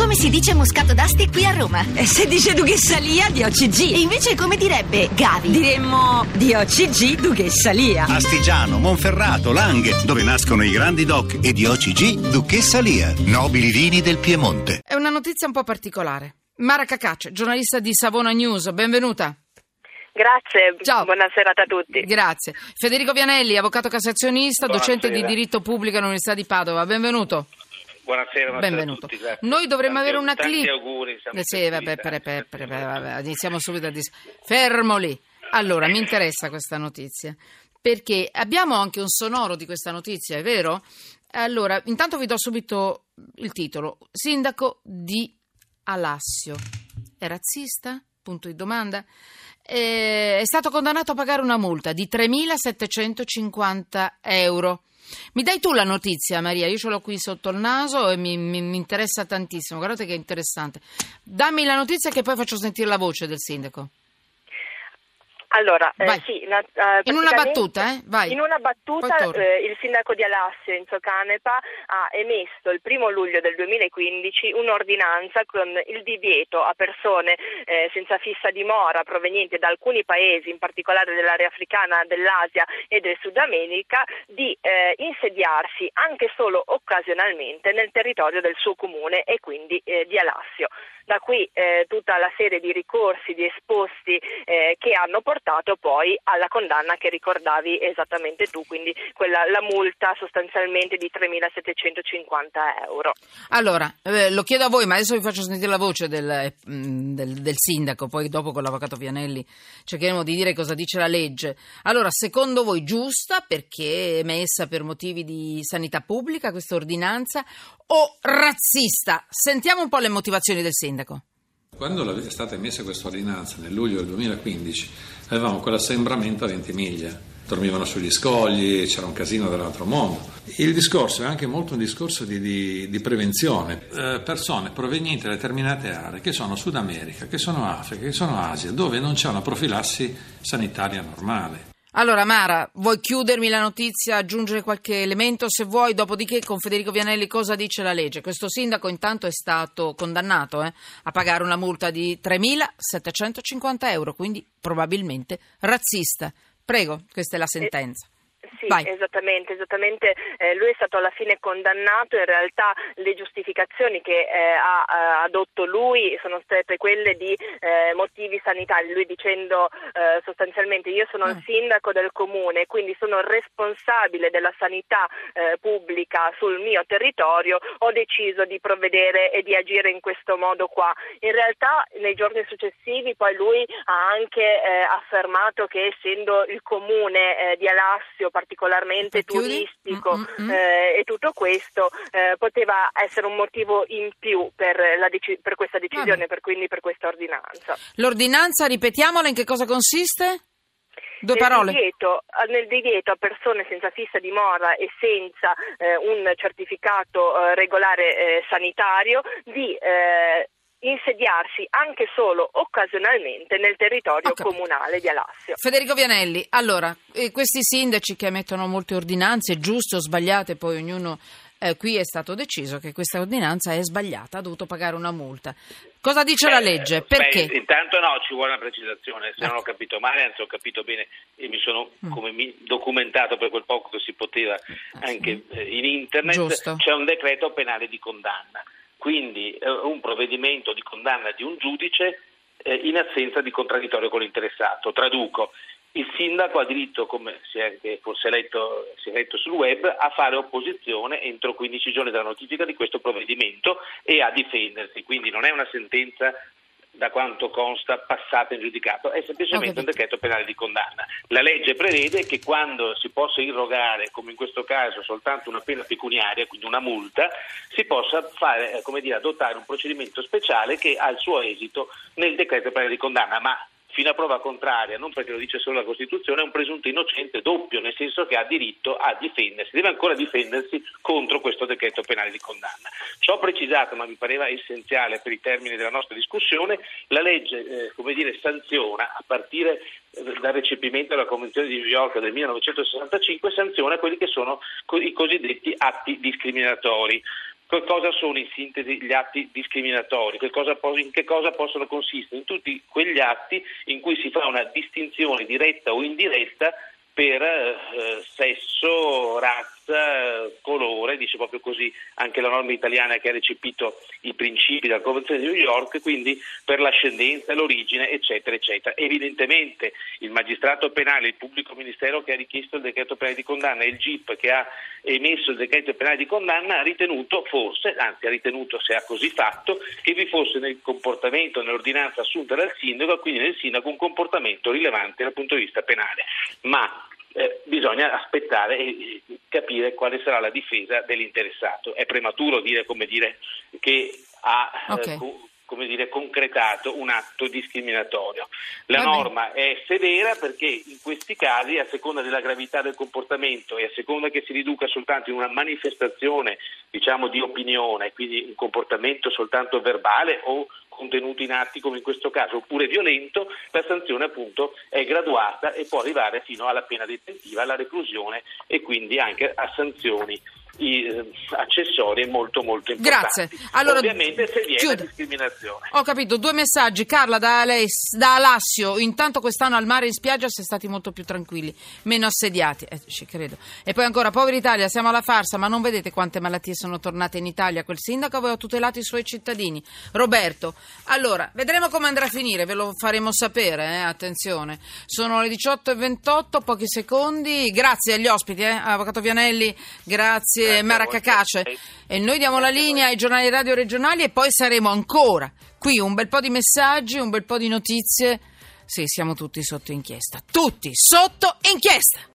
come si dice Muscato d'Asti qui a Roma? Se dice Duchessa Lia, di OCG. E invece come direbbe Gavi? Diremmo di OCG Duchessa Lia. Astigiano, Monferrato, Langhe, dove nascono i grandi doc, e di OCG Duchessa Lia, nobili vini del Piemonte. È una notizia un po' particolare. Mara Cacaccia, giornalista di Savona News, benvenuta. Grazie, ciao. Buona serata a tutti. Grazie. Federico Vianelli, avvocato cassazionista, Buonasera. docente di diritto pubblico all'Università di Padova, benvenuto. Buonasera, Benvenuto. a tutti. Grazie. Noi dovremmo avere una tanti clip. Auguri, Sì, vabbè, iniziamo subito a fermo lì. Allora, mi interessa questa notizia, perché abbiamo anche un sonoro di questa notizia, è vero? Allora, intanto vi do subito il titolo. Sindaco di Alassio. È razzista? Punto di domanda. È stato condannato a pagare una multa di 3.750 euro. Mi dai tu la notizia, Maria? Io ce l'ho qui sotto il naso e mi interessa tantissimo. Guardate che interessante. Dammi la notizia che poi faccio sentire la voce del sindaco. Allora, sì, in una battuta, vai. In una battuta il sindaco di Alassio, Enzo Canepa, ha emesso il 1 luglio del 2015 un'ordinanza con il divieto a persone senza fissa dimora provenienti da alcuni paesi, in particolare dell'area africana, dell'Asia e del Sud America, di insediarsi anche solo occasionalmente nel territorio del suo comune e quindi di Alassio. Da qui tutta la serie di ricorsi, di esposti che hanno portato poi alla condanna che ricordavi esattamente tu, quindi la multa sostanzialmente di 3.750 euro. Allora, lo chiedo a voi, ma adesso vi faccio sentire la voce del sindaco, poi dopo con l'avvocato Vianelli cercheremo di dire cosa dice la legge. Allora, secondo voi giusta perché è emessa per motivi di sanità pubblica questa ordinanza o razzista? Sentiamo un po' le motivazioni del sindaco. Quando è stata emessa questa ordinanza nel luglio del 2015 avevamo quell'assembramento a Ventimiglia, dormivano sugli scogli, c'era un casino dell'altro mondo. Il discorso è anche molto un discorso di prevenzione. Persone provenienti da determinate aree che sono Sud America, che sono Africa, che sono Asia, dove non c'è una profilassi sanitaria normale. Allora Mara, vuoi chiudermi la notizia, aggiungere qualche elemento se vuoi, dopodiché con Federico Vianelli cosa dice la legge? Questo sindaco intanto è stato condannato a pagare una multa di 3.750 euro, quindi probabilmente razzista. Prego, questa è la sentenza. Sì, Vai. esattamente. Lui è stato alla fine condannato. In realtà le giustificazioni che ha adotto lui sono state quelle di motivi sanitari, lui dicendo sostanzialmente io sono il sindaco del comune, quindi sono responsabile della sanità pubblica sul mio territorio, ho deciso di provvedere e di agire in questo modo qua. In realtà nei giorni successivi poi lui ha anche affermato che essendo il comune di Alassio particolarmente turistico e tutto questo poteva essere un motivo in più per questa decisione, per questa ordinanza. L'ordinanza, ripetiamola, in che cosa consiste? Due parole. Nel divieto a persone senza fissa dimora e senza un certificato regolare sanitario di insediarsi anche solo occasionalmente nel territorio comunale di Alassio. Federico Vianelli, allora, questi sindaci che emettono molte ordinanze, giuste o sbagliate, poi ognuno qui è stato deciso che questa ordinanza è sbagliata, ha dovuto pagare una multa. Cosa dice la legge? Perché? Intanto ci vuole una precisazione, se non ho capito male, anzi ho capito bene e mi sono documentato per quel poco che si poteva anche in internet. Giusto. C'è un decreto penale di condanna. Quindi un provvedimento di condanna di un giudice in assenza di contraddittorio con l'interessato. Traduco, il sindaco ha diritto, come si è letto sul web, a fare opposizione entro 15 giorni dalla notifica di questo provvedimento e a difendersi. Quindi non è una sentenza, da quanto consta, passata in giudicato, è semplicemente un decreto penale di condanna. La legge prevede che quando si possa irrogare, come in questo caso, soltanto una pena pecuniaria, quindi una multa, si possa fare, adottare un procedimento speciale che ha il suo esito nel decreto penale di condanna, ma fino a prova contraria, non perché lo dice solo la Costituzione, è un presunto innocente doppio, nel senso che ha diritto a difendersi, deve ancora difendersi contro questo decreto penale di condanna. Ciò precisato, ma mi pareva essenziale per i termini della nostra discussione, la legge sanziona, a partire dal recepimento della Convenzione di New York del 1965, sanziona quelli che sono i cosiddetti atti discriminatori. Cosa sono in sintesi gli atti discriminatori? In che cosa possono consistere? In tutti quegli atti in cui si fa una distinzione diretta o indiretta per sesso, razza, colore, dice proprio così anche la norma italiana che ha recepito i principi della Convenzione di New York, quindi per l'ascendenza, l'origine, eccetera, eccetera. Evidentemente il magistrato penale, il pubblico ministero che ha richiesto il decreto penale di condanna e il GIP che ha emesso il decreto penale di condanna ha ritenuto se ha così fatto, che vi fosse nel comportamento, nell'ordinanza assunta dal sindaco e quindi nel sindaco un comportamento rilevante dal punto di vista penale. Ma bisogna aspettare e capire quale sarà la difesa dell'interessato. È prematuro dire che ha concretato un atto discriminatorio. La norma è severa perché in questi casi, a seconda della gravità del comportamento e a seconda che si riduca soltanto in una manifestazione, diciamo, di opinione, quindi un comportamento soltanto verbale o contenuto in atti come in questo caso, oppure violento, la sanzione appunto è graduata e può arrivare fino alla pena detentiva, alla reclusione e quindi anche a sanzioni accessorie molto molto importanti. Grazie. Allora, ovviamente se viene discriminazione. Ho capito, 2 messaggi. Carla da Alassio: intanto quest'anno al mare e in spiaggia si è stati molto più tranquilli, meno assediati, ci credo. E poi ancora: povera Italia, siamo alla farsa, ma non vedete quante malattie sono tornate in Italia? Quel sindaco aveva tutelato i suoi cittadini. Roberto: allora, vedremo come andrà a finire, ve lo faremo sapere, attenzione. Sono le 18:28, pochi secondi. Grazie agli ospiti, Avvocato Vianelli, grazie Mara Cacace, e noi diamo la linea ai giornali radio regionali e poi saremo ancora qui, un bel po' di messaggi, un bel po' di notizie. Sì, siamo tutti sotto inchiesta, tutti sotto inchiesta.